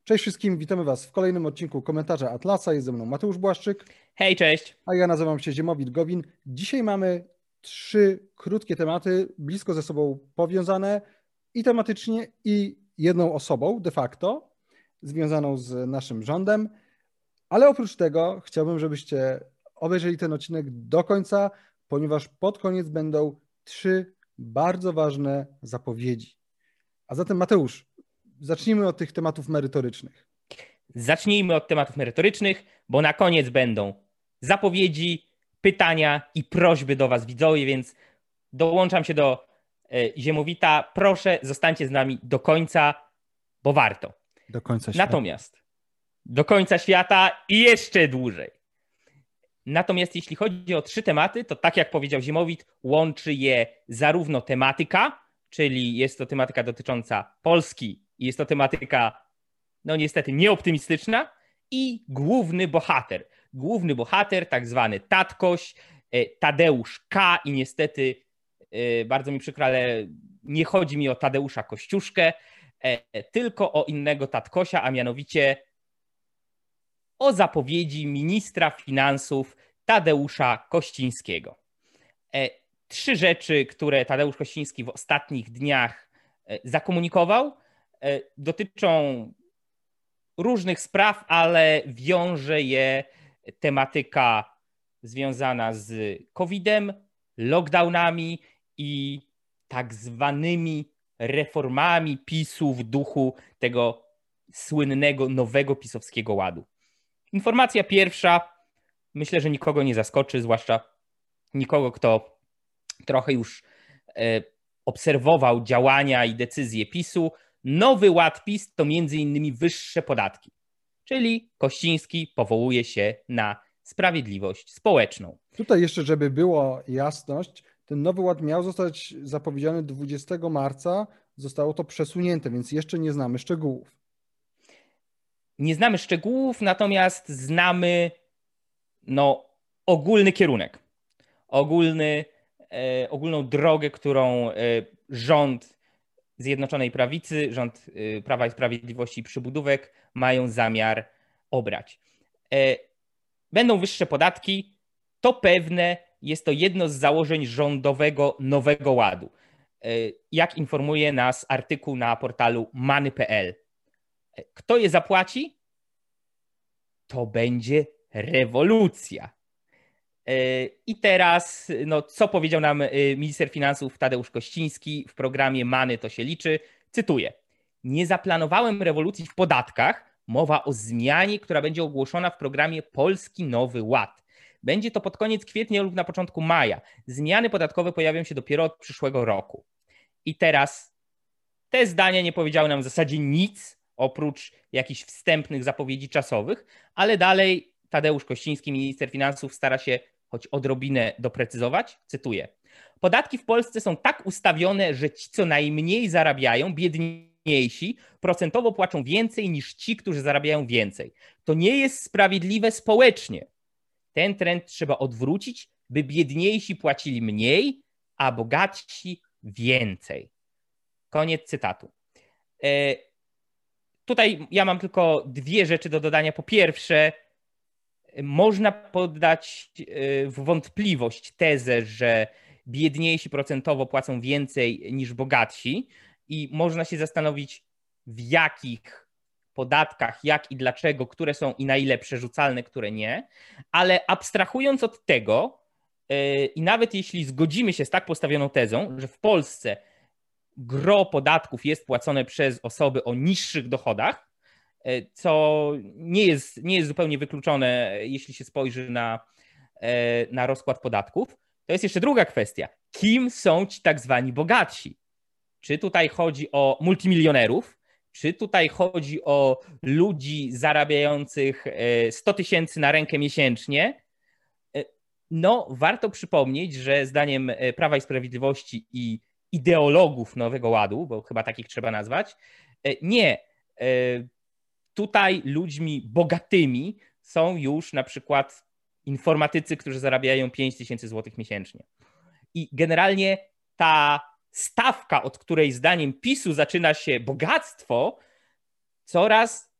Cześć wszystkim, witamy Was w kolejnym odcinku Komentarza Atlasa. Jest ze mną Mateusz Błaszczyk. Hej, cześć. A ja nazywam się Ziemowit Gowin. Dzisiaj mamy 3 krótkie tematy, blisko ze sobą powiązane i tematycznie, i jedną osobą de facto, związaną z naszym rządem. Ale oprócz tego chciałbym, żebyście obejrzeli ten odcinek do końca, ponieważ pod koniec będą 3 bardzo ważne zapowiedzi. A zatem Mateusz, zacznijmy od tych tematów merytorycznych. Zacznijmy od tematów merytorycznych, bo na koniec będą zapowiedzi, pytania i prośby do Was, widzowie, więc dołączam się do Ziemowita. Proszę, zostańcie z nami do końca, bo warto. Do końca świata. Natomiast do końca świata i jeszcze dłużej. Natomiast jeśli chodzi o 3 tematy, to tak jak powiedział Ziemowit, łączy je zarówno tematyka, czyli jest to tematyka dotycząca Polski i jest to tematyka, no niestety, nieoptymistyczna, i główny bohater. Główny bohater, tak zwany Tatkoś, Tadeusz K. I niestety, bardzo mi przykro, ale nie chodzi mi o Tadeusza Kościuszkę, tylko o innego Tatkosia, a mianowicie o zapowiedzi ministra finansów Tadeusza Kościńskiego. 3 rzeczy, które Tadeusz Kościński w ostatnich dniach zakomunikował, dotyczą różnych spraw, ale wiąże je tematyka związana z COVID-em, lockdownami i tak zwanymi reformami PiS-u w duchu tego słynnego nowego pisowskiego ładu. Informacja pierwsza, myślę, że nikogo nie zaskoczy, zwłaszcza nikogo, kto trochę już obserwował działania i decyzje PiS-u. Nowy ład PiS to m.in. wyższe podatki, czyli Kościński powołuje się na sprawiedliwość społeczną. Tutaj jeszcze, żeby była jasność, ten nowy ład miał zostać zapowiedziany 20 marca, zostało to przesunięte, więc jeszcze nie znamy szczegółów. Nie znamy szczegółów, natomiast znamy ogólny kierunek, ogólną drogę, którą rząd Zjednoczonej Prawicy, rząd Prawa i Sprawiedliwości i przybudówek mają zamiar obrać. Będą wyższe podatki, to pewne, jest to jedno z założeń rządowego Nowego Ładu. Jak informuje nas artykuł na portalu Many.pl. Kto je zapłaci? To będzie rewolucja. I teraz, co powiedział nam minister finansów Tadeusz Kościński w programie Many to się liczy. Cytuję. Nie zaplanowałem rewolucji w podatkach. Mowa o zmianie, która będzie ogłoszona w programie Polski Nowy Ład. Będzie to pod koniec kwietnia lub na początku maja. Zmiany podatkowe pojawią się dopiero od przyszłego roku. I teraz te zdania nie powiedziały nam w zasadzie nic, oprócz jakichś wstępnych zapowiedzi czasowych, ale dalej Tadeusz Kościński, minister finansów, stara się choć odrobinę doprecyzować. Cytuję. Podatki w Polsce są tak ustawione, że ci, co najmniej zarabiają, biedniejsi, procentowo płacą więcej niż ci, którzy zarabiają więcej. To nie jest sprawiedliwe społecznie. Ten trend trzeba odwrócić, by biedniejsi płacili mniej, a bogatsi więcej. Koniec cytatu. Tutaj ja mam tylko 2 rzeczy do dodania. Po pierwsze, można poddać w wątpliwość tezę, że biedniejsi procentowo płacą więcej niż bogatsi i można się zastanowić, w jakich podatkach, jak i dlaczego, które są i na ile przerzucalne, które nie. Ale abstrahując od tego i nawet jeśli zgodzimy się z tak postawioną tezą, że w Polsce gros podatków jest płacone przez osoby o niższych dochodach, co nie jest zupełnie wykluczone, jeśli się spojrzy na rozkład podatków, to jest jeszcze druga kwestia. Kim są ci tak zwani bogatsi? Czy tutaj chodzi o multimilionerów? Czy tutaj chodzi o ludzi zarabiających 100 000 na rękę miesięcznie? Warto przypomnieć, że zdaniem Prawa i Sprawiedliwości i ideologów Nowego Ładu, bo chyba takich trzeba nazwać, nie. Tutaj ludźmi bogatymi są już na przykład informatycy, którzy zarabiają 5 000 złotych miesięcznie. I generalnie ta stawka, od której zdaniem PiS-u zaczyna się bogactwo, coraz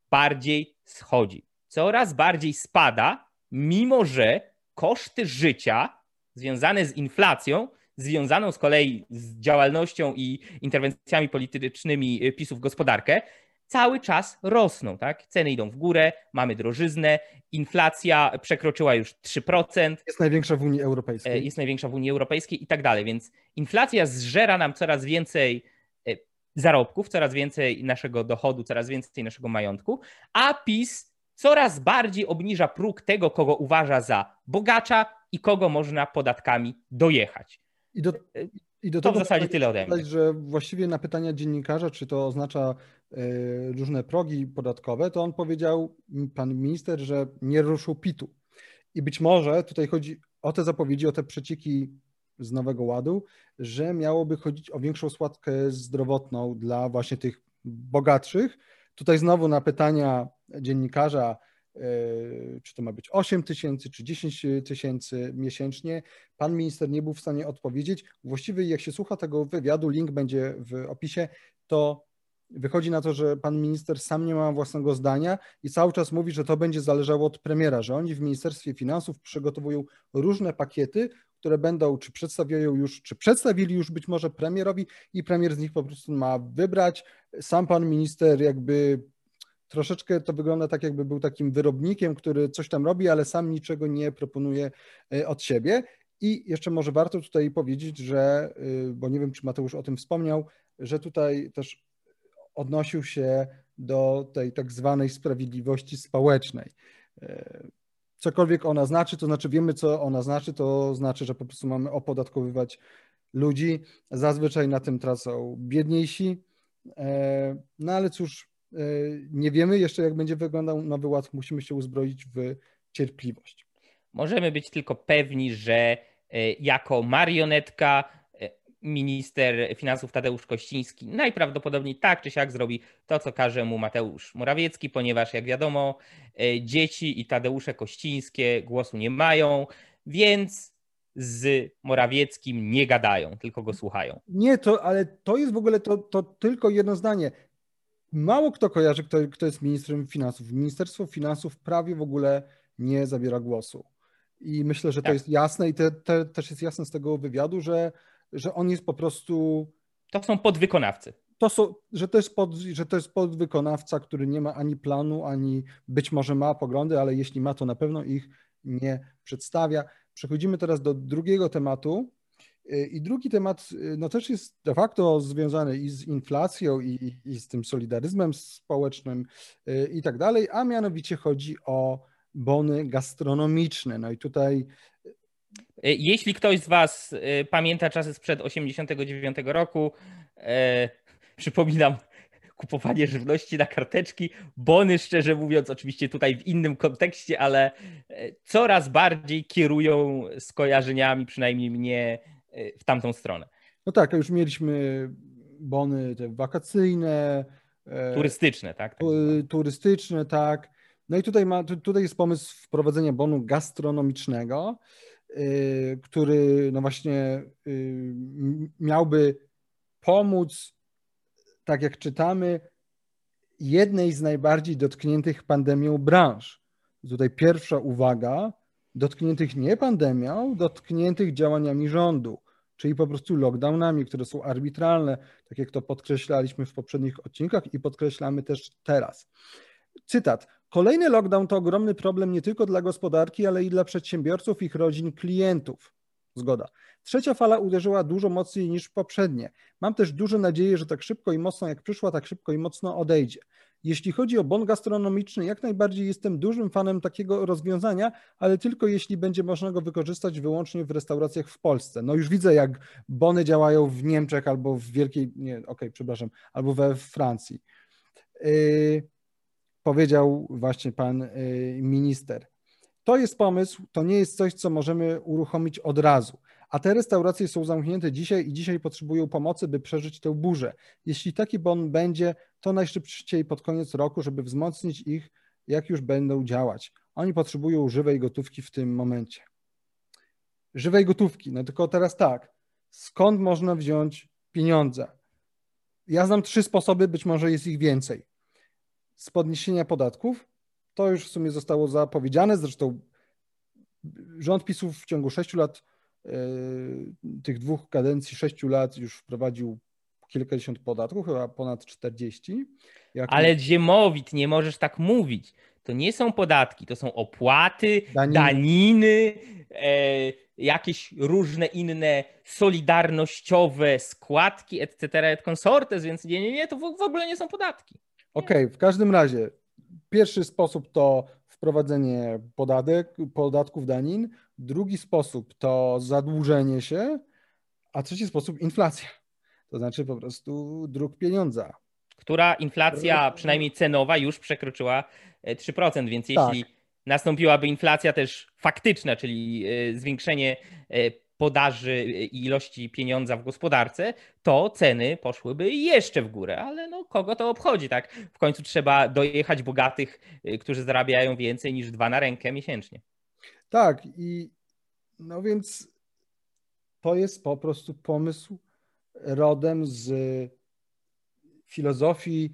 bardziej schodzi. Coraz bardziej spada, mimo że koszty życia związane z inflacją, związaną z kolei z działalnością i interwencjami politycznymi PiS-u w gospodarkę, cały czas rosną. Tak? Ceny idą w górę, mamy drożyznę, inflacja przekroczyła już 3%. Jest największa w Unii Europejskiej. Jest największa w Unii Europejskiej i tak dalej, więc inflacja zżera nam coraz więcej zarobków, coraz więcej naszego dochodu, coraz więcej naszego majątku, a PiS coraz bardziej obniża próg tego, kogo uważa za bogacza i kogo można podatkami dojechać. I do to tego w zasadzie tyle ode mnie. Że właściwie na pytania dziennikarza, czy to oznacza różne progi podatkowe, to on powiedział, pan minister, że nie ruszył PIT-u. I być może tutaj chodzi o te zapowiedzi, o te przecieki z Nowego Ładu, że miałoby chodzić o większą składkę zdrowotną dla właśnie tych bogatszych. Tutaj znowu na pytania dziennikarza, czy to ma być 8 tysięcy, czy 10 tysięcy miesięcznie, pan minister nie był w stanie odpowiedzieć. Właściwie jak się słucha tego wywiadu, link będzie w opisie, to wychodzi na to, że pan minister sam nie ma własnego zdania i cały czas mówi, że to będzie zależało od premiera, że oni w Ministerstwie Finansów przygotowują różne pakiety, które będą, czy przedstawiają już, czy przedstawili już być może premierowi i premier z nich po prostu ma wybrać. Sam pan minister jakby troszeczkę to wygląda tak, jakby był takim wyrobnikiem, który coś tam robi, ale sam niczego nie proponuje od siebie. I jeszcze może warto tutaj powiedzieć, że, bo nie wiem, czy Mateusz o tym wspomniał, że tutaj też odnosił się do tej tak zwanej sprawiedliwości społecznej. Cokolwiek ona znaczy, to znaczy wiemy, co ona znaczy, to znaczy, że po prostu mamy opodatkowywać ludzi. Zazwyczaj na tym tracą biedniejsi. No ale cóż, nie wiemy jeszcze, jak będzie wyglądał Nowy Ład. Musimy się uzbroić w cierpliwość. Możemy być tylko pewni, że jako marionetka minister finansów Tadeusz Kościński najprawdopodobniej tak czy siak zrobi to, co każe mu Mateusz Morawiecki, ponieważ jak wiadomo, dzieci i Tadeusze Kościńskie głosu nie mają, więc z Morawieckim nie gadają, tylko go słuchają. Nie, ale to jest w ogóle to tylko jedno zdanie. Mało kto kojarzy, kto jest ministrem finansów. Ministerstwo Finansów prawie w ogóle nie zabiera głosu. I myślę, że to jest jasne i też jest jasne z tego wywiadu, że on jest po prostu... To są podwykonawcy. Że to jest podwykonawca, który nie ma ani planu, ani być może ma poglądy, ale jeśli ma, to na pewno ich nie przedstawia. Przechodzimy teraz do drugiego tematu. I drugi temat no też jest de facto związany i z inflacją, i z tym solidaryzmem społecznym i tak dalej, a mianowicie chodzi o bony gastronomiczne. No i tutaj... Jeśli ktoś z Was pamięta czasy sprzed 1989 roku, przypominam kupowanie żywności na karteczki, bony szczerze mówiąc, oczywiście tutaj w innym kontekście, ale coraz bardziej kierują skojarzeniami, przynajmniej mnie, w tamtą stronę. No tak, już mieliśmy bony te wakacyjne. Turystyczne, tak? Turystyczne, tak. No i tutaj jest pomysł wprowadzenia bonu gastronomicznego, który no właśnie miałby pomóc, tak jak czytamy, jednej z najbardziej dotkniętych pandemią branż. Tutaj pierwsza uwaga, dotkniętych nie pandemią, dotkniętych działaniami rządu, czyli po prostu lockdownami, które są arbitralne, tak jak to podkreślaliśmy w poprzednich odcinkach i podkreślamy też teraz. Cytat. Kolejny lockdown to ogromny problem nie tylko dla gospodarki, ale i dla przedsiębiorców, ich rodzin, klientów. Zgoda. Trzecia fala uderzyła dużo mocniej niż poprzednie. Mam też duże nadzieję, że tak szybko i mocno jak przyszła, tak szybko i mocno odejdzie. Jeśli chodzi o bon gastronomiczny, jak najbardziej jestem dużym fanem takiego rozwiązania, ale tylko jeśli będzie można go wykorzystać wyłącznie w restauracjach w Polsce. No już widzę, jak bony działają w Niemczech albo w albo we Francji. Powiedział właśnie pan minister. To jest pomysł, to nie jest coś, co możemy uruchomić od razu. A te restauracje są zamknięte dzisiaj i dzisiaj potrzebują pomocy, by przeżyć tę burzę. Jeśli taki bon będzie, to najszybciej pod koniec roku, żeby wzmocnić ich, jak już będą działać. Oni potrzebują żywej gotówki w tym momencie. Żywej gotówki, no tylko teraz tak, skąd można wziąć pieniądze? Ja znam 3 sposoby, być może jest ich więcej. z podniesienia podatków. To już w sumie zostało zapowiedziane, zresztą rząd PiS-u w ciągu 6 lat, tych 2 kadencji 6 lat już wprowadził kilkadziesiąt podatków, chyba ponad 40. Ale Ziemowit, nie możesz tak mówić. To nie są podatki, to są opłaty, daniny, jakieś różne inne solidarnościowe składki, etc., et consortes, więc nie, to w ogóle nie są podatki. Okej, w każdym razie pierwszy sposób to wprowadzenie podatków, danin, drugi sposób to zadłużenie się, a trzeci sposób inflacja. To znaczy po prostu druk pieniądza. Która inflacja, przynajmniej cenowa, już przekroczyła 3%, więc jeśli nastąpiłaby inflacja też faktyczna, czyli zwiększenie podaży i ilości pieniądza w gospodarce, to ceny poszłyby jeszcze w górę, ale no kogo to obchodzi, tak? W końcu trzeba dojechać bogatych, którzy zarabiają więcej niż 2 na rękę miesięcznie. Tak, i no więc to jest po prostu pomysł rodem z filozofii,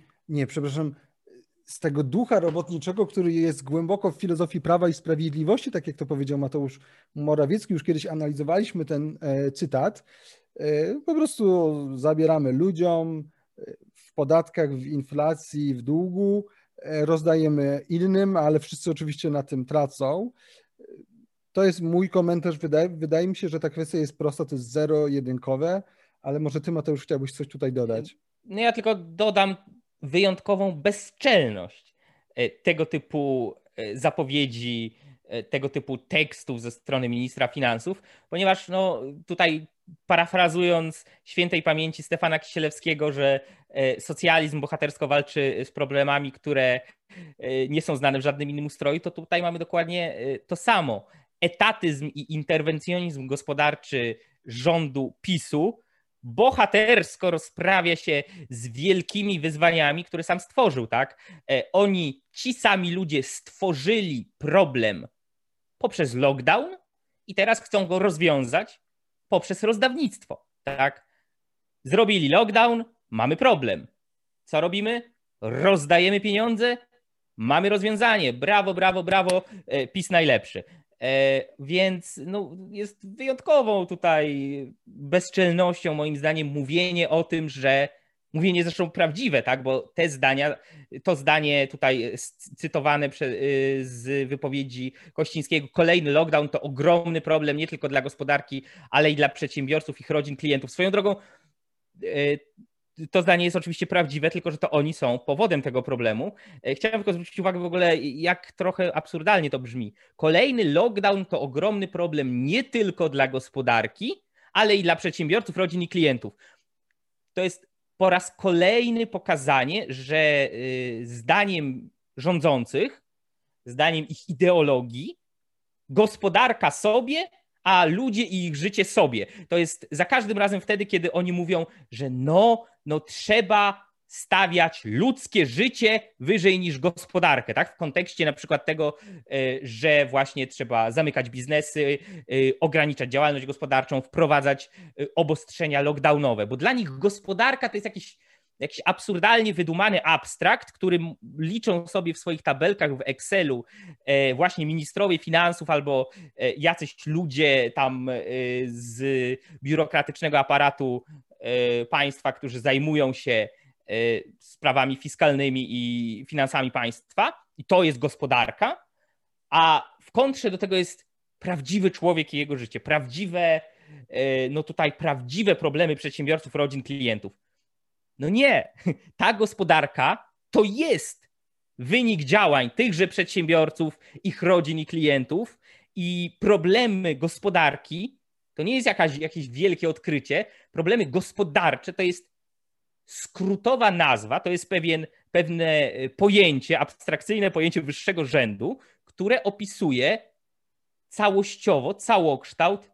z tego ducha robotniczego, który jest głęboko w filozofii Prawa i Sprawiedliwości, tak jak to powiedział Mateusz Morawiecki, już kiedyś analizowaliśmy ten cytat. Po prostu zabieramy ludziom w podatkach, w inflacji, w długu, rozdajemy innym, ale wszyscy oczywiście na tym tracą. To jest mój komentarz. Wydaje mi się, że ta kwestia jest prosta, to jest zero-jedynkowe, ale może ty, Mateusz, chciałbyś coś tutaj dodać? No ja tylko dodam wyjątkową bezczelność tego typu zapowiedzi, tego typu tekstów ze strony ministra finansów, ponieważ no, tutaj parafrazując świętej pamięci Stefana Kisielewskiego, że socjalizm bohatersko walczy z problemami, które nie są znane w żadnym innym ustroju, to tutaj mamy dokładnie to samo. Etatyzm i interwencjonizm gospodarczy rządu PiS-u bohatersko rozprawia się z wielkimi wyzwaniami, które sam stworzył, tak? Ci sami ludzie stworzyli problem poprzez lockdown i teraz chcą go rozwiązać poprzez rozdawnictwo, tak? Zrobili lockdown, mamy problem. Co robimy? Rozdajemy pieniądze, mamy rozwiązanie. Brawo, brawo, brawo, PiS najlepszy. Więc no, jest wyjątkową tutaj bezczelnością moim zdaniem mówienie o tym, że mówienie zresztą prawdziwe, tak, bo to zdanie tutaj cytowane z wypowiedzi Kościńskiego, kolejny lockdown to ogromny problem nie tylko dla gospodarki, ale i dla przedsiębiorców, ich rodzin, klientów. Swoją drogą to zdanie jest oczywiście prawdziwe, tylko że to oni są powodem tego problemu. Chciałem tylko zwrócić uwagę w ogóle, jak trochę absurdalnie to brzmi. Kolejny lockdown to ogromny problem nie tylko dla gospodarki, ale i dla przedsiębiorców, rodzin i klientów. To jest po raz kolejny pokazanie, że zdaniem rządzących, zdaniem ich ideologii, gospodarka sobie, a ludzie i ich życie sobie. To jest za każdym razem wtedy, kiedy oni mówią, że no trzeba stawiać ludzkie życie wyżej niż gospodarkę, tak? W kontekście na przykład tego, że właśnie trzeba zamykać biznesy, ograniczać działalność gospodarczą, wprowadzać obostrzenia lockdownowe, bo dla nich gospodarka to jest jakiś absurdalnie wydumany abstrakt, który liczą sobie w swoich tabelkach w Excelu właśnie ministrowie finansów albo jacyś ludzie tam z biurokratycznego aparatu państwa, którzy zajmują się sprawami fiskalnymi i finansami państwa. I to jest gospodarka, a w kontrze do tego jest prawdziwy człowiek i jego życie, prawdziwe problemy przedsiębiorców, rodzin, klientów. No nie, ta gospodarka to jest wynik działań tychże przedsiębiorców, ich rodzin i klientów i problemy gospodarki to nie jest jakieś wielkie odkrycie. Problemy gospodarcze to jest skrótowa nazwa, to jest pewne pojęcie, abstrakcyjne pojęcie wyższego rzędu, które opisuje całościowo, całokształt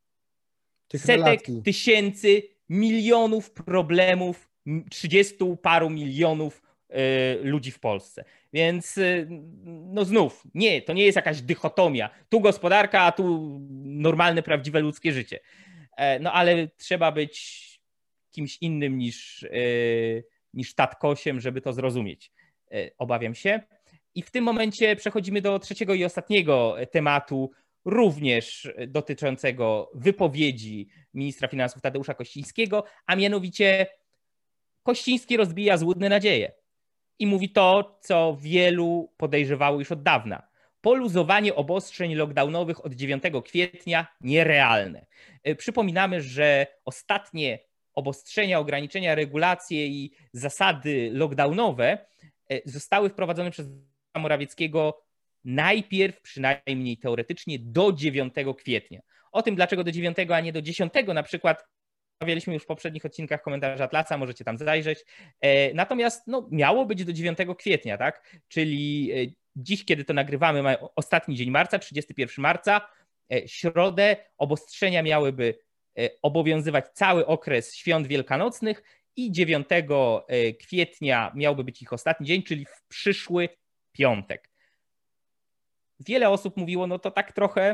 setek tysięcy, milionów problemów 30 paru milionów ludzi w Polsce. Więc no znów, to nie jest jakaś dychotomia. Tu gospodarka, a tu normalne, prawdziwe ludzkie życie. No ale trzeba być kimś innym niż tatkosiem, żeby to zrozumieć. obawiam się. I w tym momencie przechodzimy do trzeciego i ostatniego tematu, również dotyczącego wypowiedzi ministra finansów Tadeusza Kościńskiego, a mianowicie Kościński rozbija złudne nadzieje i mówi to, co wielu podejrzewało już od dawna. Poluzowanie obostrzeń lockdownowych od 9 kwietnia nierealne. Przypominamy, że ostatnie obostrzenia, ograniczenia, regulacje i zasady lockdownowe zostały wprowadzone przez Morawieckiego najpierw, przynajmniej teoretycznie, do 9 kwietnia. O tym, dlaczego do 9, a nie do 10, na przykład rozmawialiśmy już w poprzednich odcinkach Komentarza Atlaca, możecie tam zajrzeć. Natomiast miało być do 9 kwietnia, tak? Czyli dziś, kiedy to nagrywamy, mamy ostatni dzień marca, 31 marca, środę, obostrzenia miałyby obowiązywać cały okres świąt wielkanocnych i 9 kwietnia miałby być ich ostatni dzień, czyli w przyszły piątek. Wiele osób mówiło, no to tak trochę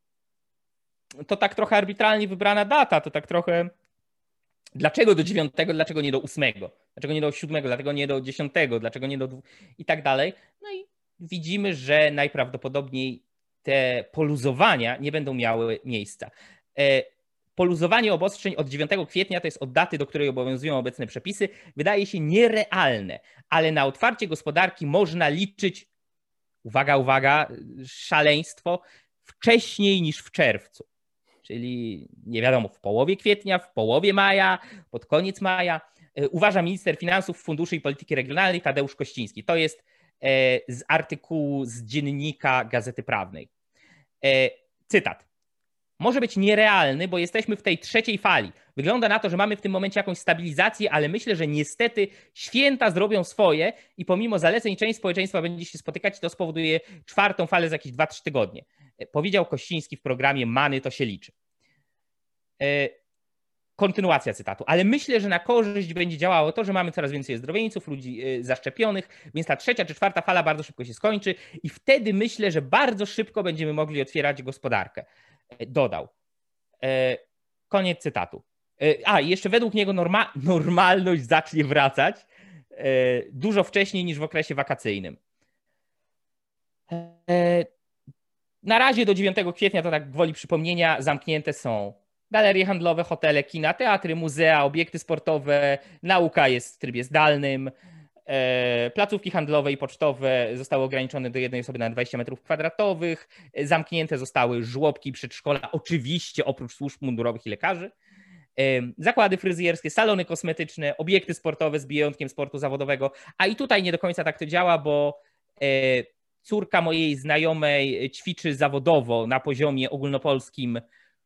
arbitralnie wybrana data, to tak trochę dlaczego do 9, dlaczego nie do 8, dlaczego nie do 7, dlaczego nie do 10, dlaczego nie do 2 i tak dalej. No i widzimy, że najprawdopodobniej te poluzowania nie będą miały miejsca. Poluzowanie obostrzeń od 9 kwietnia, to jest od daty, do której obowiązują obecne przepisy, wydaje się nierealne, ale na otwarcie gospodarki można liczyć, uwaga, szaleństwo, wcześniej niż w czerwcu. Czyli nie wiadomo, w połowie kwietnia, w połowie maja, pod koniec maja. Uważa minister finansów, funduszy i polityki regionalnej Tadeusz Kościński. To jest z artykułu z dziennika Gazety Prawnej. Cytat. Może być nierealny, bo jesteśmy w tej trzeciej fali. Wygląda na to, że mamy w tym momencie jakąś stabilizację, ale myślę, że niestety święta zrobią swoje i pomimo zaleceń część społeczeństwa będzie się spotykać i to spowoduje czwartą falę za jakieś 2-3 tygodnie. Powiedział Kościński w programie Many to się liczy. Kontynuacja cytatu. Ale myślę, że na korzyść będzie działało to, że mamy coraz więcej zdrowieńców, ludzi zaszczepionych, więc ta trzecia czy czwarta fala bardzo szybko się skończy i wtedy myślę, że bardzo szybko będziemy mogli otwierać gospodarkę. Dodał. Koniec cytatu. I jeszcze według niego normalność zacznie wracać dużo wcześniej niż w okresie wakacyjnym. Na razie do 9 kwietnia, to tak gwoli przypomnienia, zamknięte są galerie handlowe, hotele, kina, teatry, muzea, obiekty sportowe, nauka jest w trybie zdalnym, placówki handlowe i pocztowe zostały ograniczone do jednej osoby na 20 m2, zamknięte zostały żłobki, przedszkola, oczywiście oprócz służb mundurowych i lekarzy, zakłady fryzjerskie, salony kosmetyczne, obiekty sportowe z wyjątkiem sportu zawodowego, a i tutaj nie do końca tak to działa, bo córka mojej znajomej ćwiczy zawodowo na poziomie ogólnopolskim,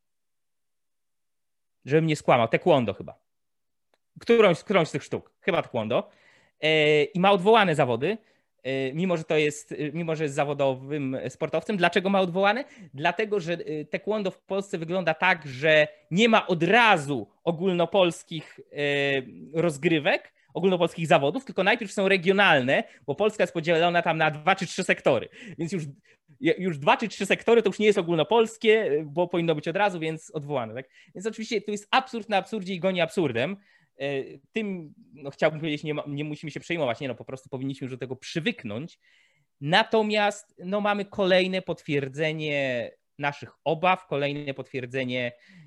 żebym nie skłamał, taekwondo chyba. Którąś z tych sztuk, chyba taekwondo. I ma odwołane zawody, mimo że jest zawodowym sportowcem. Dlaczego ma odwołane? Dlatego, że taekwondo w Polsce wygląda tak, że nie ma od razu ogólnopolskich rozgrywek, ogólnopolskich zawodów, tylko najpierw są regionalne, bo Polska jest podzielona tam na 2 czy 3 sektory. Więc już 2 czy 3 sektory to już nie jest ogólnopolskie, bo powinno być od razu, więc odwołane. Tak? Więc oczywiście to jest absurd na absurdzie i goni absurdem. Tym chciałbym powiedzieć, nie musimy się przejmować, po prostu powinniśmy już do tego przywyknąć. Natomiast mamy kolejne potwierdzenie naszych obaw, kolejne potwierdzenie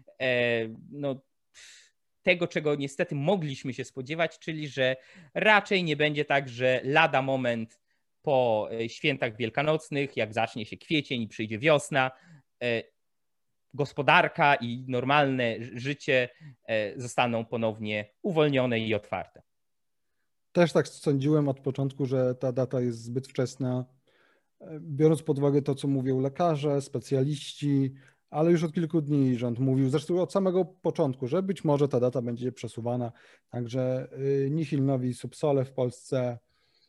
tego, czego niestety mogliśmy się spodziewać, czyli że raczej nie będzie tak, że lada moment po świętach wielkanocnych, jak zacznie się kwiecień i przyjdzie wiosna, gospodarka i normalne życie zostaną ponownie uwolnione i otwarte. Też tak sądziłem od początku, że ta data jest zbyt wczesna, biorąc pod uwagę to, co mówią lekarze, specjaliści, ale już od kilku dni rząd mówił, zresztą od samego początku, że być może ta data będzie przesuwana, także nihil novi sub sole w Polsce.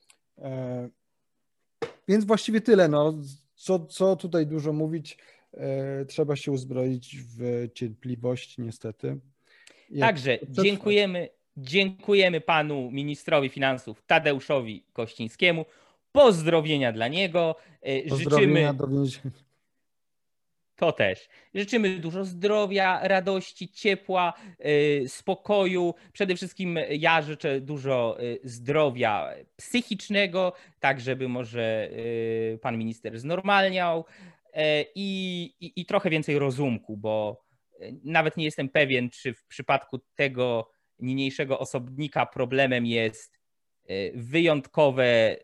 Więc właściwie tyle, co tutaj dużo mówić, trzeba się uzbroić w cierpliwość niestety. Także dziękujemy panu ministrowi finansów Tadeuszowi Kościńskiemu, pozdrowienia dla niego, pozdrowienia do więzienia. To też. Życzymy dużo zdrowia, radości, ciepła, spokoju. Przede wszystkim ja życzę dużo zdrowia psychicznego, tak żeby może pan minister znormalniał i trochę więcej rozumku, bo nawet nie jestem pewien, czy w przypadku tego niniejszego osobnika problemem jest wyjątkowe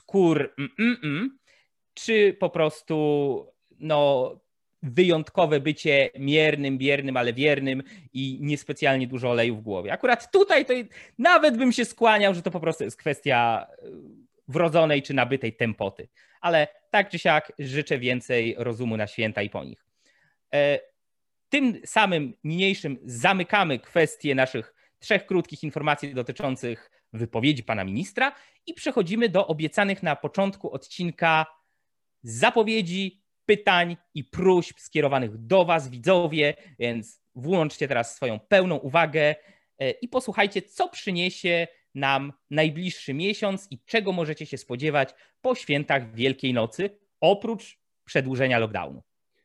czy po prostu wyjątkowe bycie miernym, biernym, ale wiernym i niespecjalnie dużo oleju w głowie. Akurat tutaj to nawet bym się skłaniał, że to po prostu jest kwestia wrodzonej czy nabytej tempoty. Ale tak czy siak życzę więcej rozumu na święta i po nich. Tym samym niniejszym zamykamy kwestię naszych 3 krótkich informacji dotyczących wypowiedzi pana ministra i przechodzimy do obiecanych na początku odcinka zapowiedzi, pytań i próśb skierowanych do was, widzowie, więc włączcie teraz swoją pełną uwagę i posłuchajcie, co przyniesie nam najbliższy miesiąc i czego możecie się spodziewać po świętach Wielkiej Nocy, oprócz przedłużenia lockdownu.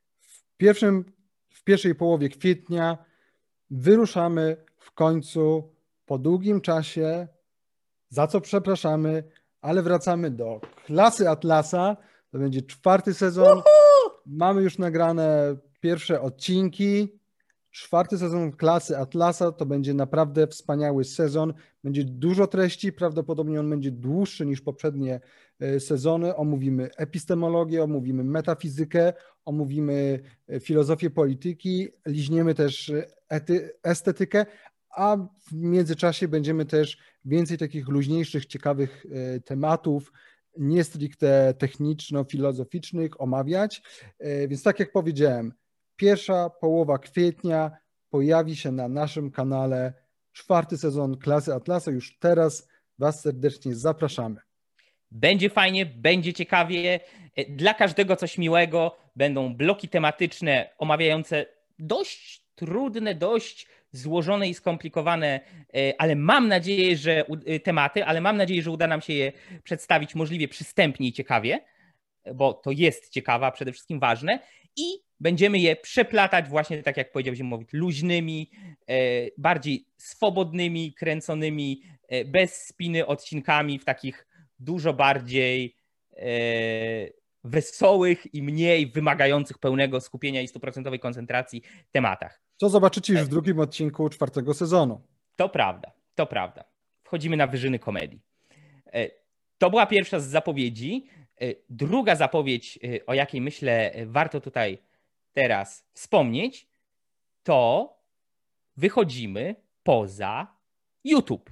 W pierwszej połowie kwietnia wyruszamy w końcu po długim czasie, za co przepraszamy, ale wracamy do Klasy Atlasa. To będzie 4. sezon. Mamy już nagrane pierwsze odcinki. 4. sezon Klasy Atlasa to będzie naprawdę wspaniały sezon. Będzie dużo treści, prawdopodobnie on będzie dłuższy niż poprzednie sezony. Omówimy epistemologię, omówimy metafizykę, omówimy filozofię polityki, liźniemy też estetykę, a w międzyczasie będziemy też więcej takich luźniejszych, ciekawych tematów, nie stricte techniczno-filozoficznych omawiać. Więc tak jak powiedziałem, pierwsza połowa kwietnia pojawi się na naszym kanale 4. sezon Klasy Atlasa. Już teraz was serdecznie zapraszamy. Będzie fajnie, będzie ciekawie. Dla każdego coś miłego. Będą bloki tematyczne omawiające dość trudne, dość złożone i skomplikowane, ale mam nadzieję, że uda nam się je przedstawić możliwie przystępnie i ciekawie, bo to jest ciekawe, a przede wszystkim ważne i będziemy je przeplatać właśnie tak jak powiedział Ziemowit, luźnymi, bardziej swobodnymi, kręconymi, bez spiny odcinkami w takich dużo bardziej wesołych i mniej wymagających pełnego skupienia i 100% koncentracji tematach. Co zobaczycie już w drugim odcinku 4. sezonu. To prawda, to prawda. Wchodzimy na wyżyny komedii. To była pierwsza z zapowiedzi. Druga zapowiedź, o jakiej myślę warto tutaj teraz wspomnieć, to wychodzimy poza YouTube.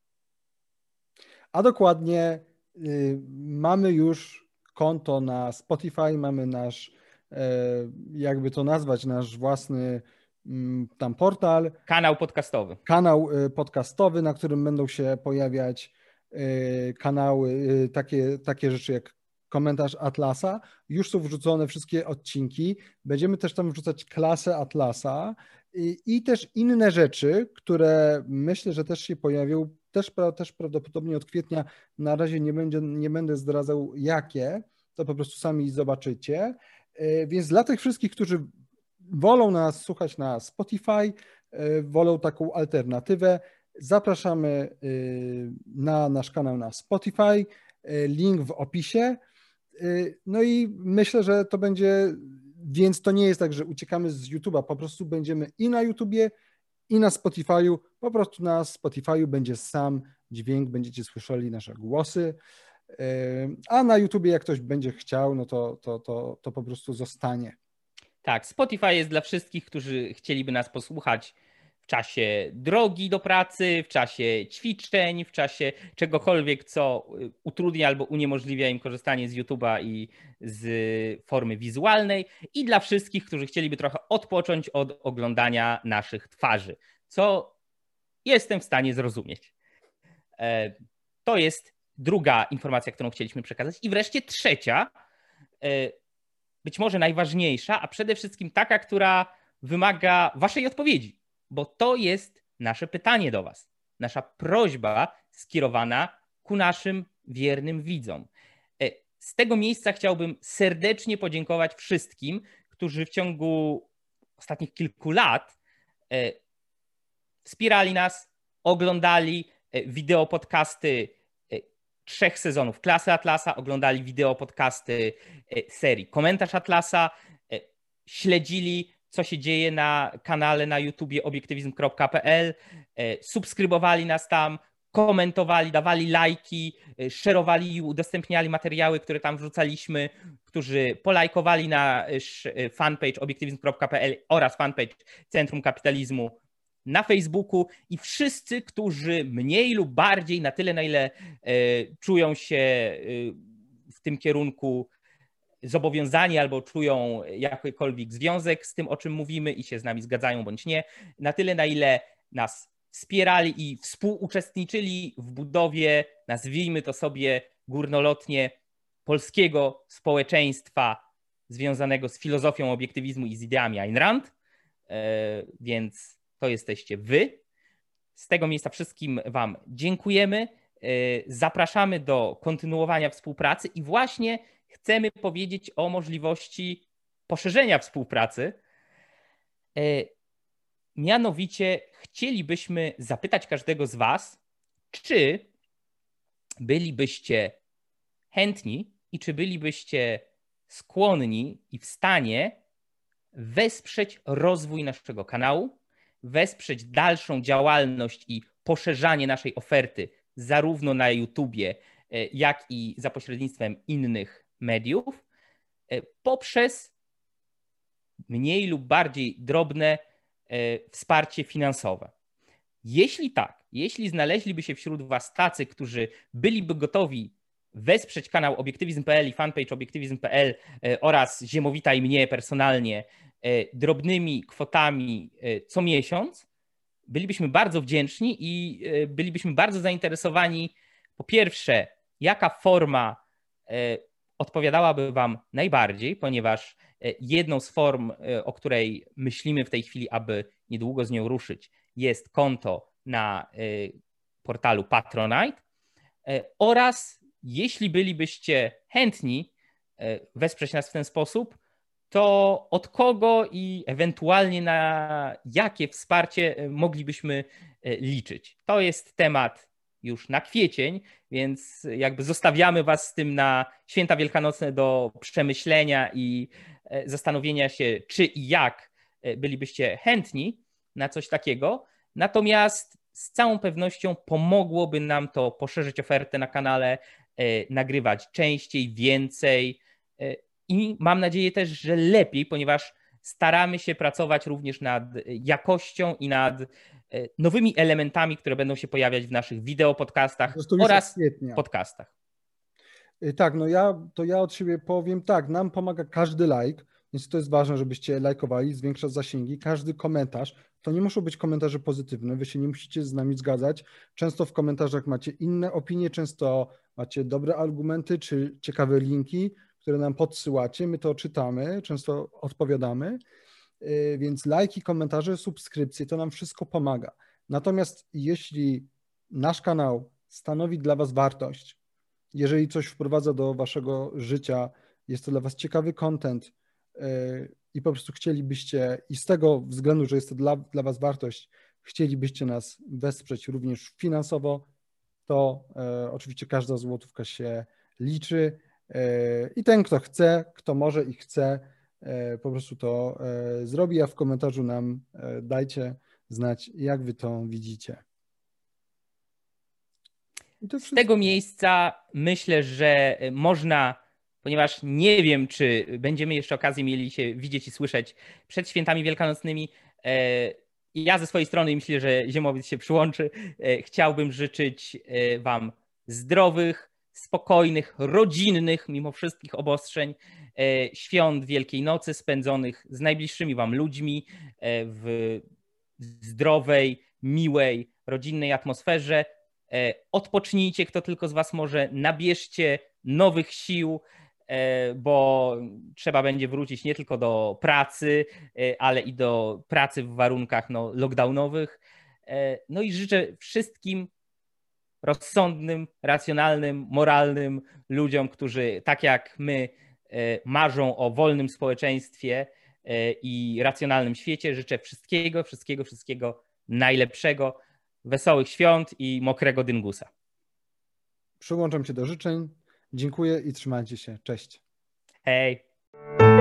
A dokładnie mamy już konto na Spotify, mamy nasz, jakby to nazwać, nasz własny tam portal. Kanał podcastowy, na którym będą się pojawiać kanały, takie rzeczy jak komentarz Atlasa. Już są wrzucone wszystkie odcinki. Będziemy też tam wrzucać Klasę Atlasa i też inne rzeczy, które myślę, że też się pojawią, też prawdopodobnie od kwietnia. Na razie nie będę zdradzał jakie, to po prostu sami zobaczycie. Więc dla tych wszystkich, którzy wolą nas słuchać na Spotify, wolą taką alternatywę, zapraszamy na nasz kanał na Spotify, link w opisie. No i myślę, że to będzie, więc to nie jest tak, że uciekamy z YouTube'a, po prostu będziemy i na YouTubie, i na Spotify'u, po prostu na Spotify'u będzie sam dźwięk, będziecie słyszeli nasze głosy, a na YouTubie jak ktoś będzie chciał, no to po prostu zostanie. Tak, Spotify jest dla wszystkich, którzy chcieliby nas posłuchać w czasie drogi do pracy, w czasie ćwiczeń, w czasie czegokolwiek, co utrudnia albo uniemożliwia im korzystanie z YouTube'a i z formy wizualnej i dla wszystkich, którzy chcieliby trochę odpocząć od oglądania naszych twarzy, co jestem w stanie zrozumieć. To jest druga informacja, którą chcieliśmy przekazać. I wreszcie trzecia, być może najważniejsza, a przede wszystkim taka, która wymaga waszej odpowiedzi, bo to jest nasze pytanie do was, nasza prośba skierowana ku naszym wiernym widzom. Z tego miejsca chciałbym serdecznie podziękować wszystkim, którzy w ciągu ostatnich kilku lat wspierali nas, oglądali wideo podcasty 3 sezonów Klasy Atlasa, oglądali wideo podcasty serii Komentarz Atlasa, śledzili, co się dzieje na kanale na YouTubie obiektywizm.pl, subskrybowali nas tam, komentowali, dawali lajki, szerowali i udostępniali materiały, które tam wrzucaliśmy, którzy polajkowali nasz fanpage obiektywizm.pl oraz fanpage Centrum Kapitalizmu na Facebooku i wszyscy, którzy mniej lub bardziej na tyle, na ile czują się w tym kierunku zobowiązani albo czują jakikolwiek związek z tym, o czym mówimy i się z nami zgadzają bądź nie, na tyle, na ile nas wspierali i współuczestniczyli w budowie, nazwijmy to sobie górnolotnie, polskiego społeczeństwa związanego z filozofią obiektywizmu i z ideami Ayn Rand, więc to jesteście wy. Z tego miejsca wszystkim wam dziękujemy. Zapraszamy do kontynuowania współpracy i właśnie chcemy powiedzieć o możliwości poszerzenia współpracy. Mianowicie chcielibyśmy zapytać każdego z was, czy bylibyście chętni i czy bylibyście skłonni i w stanie wesprzeć rozwój naszego kanału, wesprzeć dalszą działalność i poszerzanie naszej oferty zarówno na YouTubie, jak i za pośrednictwem innych mediów, poprzez mniej lub bardziej drobne wsparcie finansowe. Jeśli tak, jeśli znaleźliby się wśród was tacy, którzy byliby gotowi wesprzeć kanał Obiektywizm.pl i fanpage Obiektywizm.pl oraz Ziemowita i mnie personalnie drobnymi kwotami co miesiąc, bylibyśmy bardzo wdzięczni i bylibyśmy bardzo zainteresowani, po pierwsze, jaka forma odpowiadałaby wam najbardziej, ponieważ jedną z form, o której myślimy w tej chwili, aby niedługo z nią ruszyć, jest konto na portalu Patronite oraz jeśli bylibyście chętni wesprzeć nas w ten sposób, to od kogo i ewentualnie na jakie wsparcie moglibyśmy liczyć. To jest temat już na kwiecień, więc jakby zostawiamy was z tym na święta wielkanocne do przemyślenia i zastanowienia się, czy i jak bylibyście chętni na coś takiego. Natomiast z całą pewnością pomogłoby nam to poszerzyć ofertę na kanale, nagrywać częściej, więcej i mam nadzieję też, że lepiej, ponieważ staramy się pracować również nad jakością i nad nowymi elementami, które będą się pojawiać w naszych wideopodcastach oraz podcastach. Tak, no ja od siebie powiem tak, nam pomaga każdy like, więc to jest ważne, żebyście lajkowali, zwiększa zasięgi, każdy komentarz. To nie muszą być komentarze pozytywne, wy się nie musicie z nami zgadzać. Często w komentarzach macie inne opinie, często macie dobre argumenty czy ciekawe linki, które nam podsyłacie, my to czytamy, często odpowiadamy, więc lajki, komentarze, subskrypcje, to nam wszystko pomaga. Natomiast jeśli nasz kanał stanowi dla was wartość, jeżeli coś wprowadza do waszego życia, jest to dla was ciekawy content i po prostu chcielibyście, i z tego względu, że jest to dla was wartość, chcielibyście nas wesprzeć również finansowo, to oczywiście każda złotówka się liczy i ten, kto chce, kto może i chce, po prostu to zrobi, a w komentarzu nam dajcie znać, jak wy to widzicie. Z tego miejsca myślę, że można, ponieważ nie wiem, czy będziemy jeszcze okazję mieli się widzieć i słyszeć przed świętami wielkanocnymi. Ja ze swojej strony myślę, że Ziemowiec się przyłączy. Chciałbym życzyć wam zdrowych, spokojnych, rodzinnych, mimo wszystkich obostrzeń, świąt Wielkiej Nocy spędzonych z najbliższymi wam ludźmi w zdrowej, miłej, rodzinnej atmosferze. Odpocznijcie, kto tylko z was może, nabierzcie nowych sił, bo trzeba będzie wrócić nie tylko do pracy, ale i do pracy w warunkach lockdownowych. No i życzę wszystkim rozsądnym, racjonalnym, moralnym ludziom, którzy tak jak my marzą o wolnym społeczeństwie, i racjonalnym świecie życzę wszystkiego, wszystkiego, wszystkiego najlepszego, wesołych świąt i mokrego dyngusa. Przyłączam się do życzeń. Dziękuję i trzymajcie się. Cześć. Hej.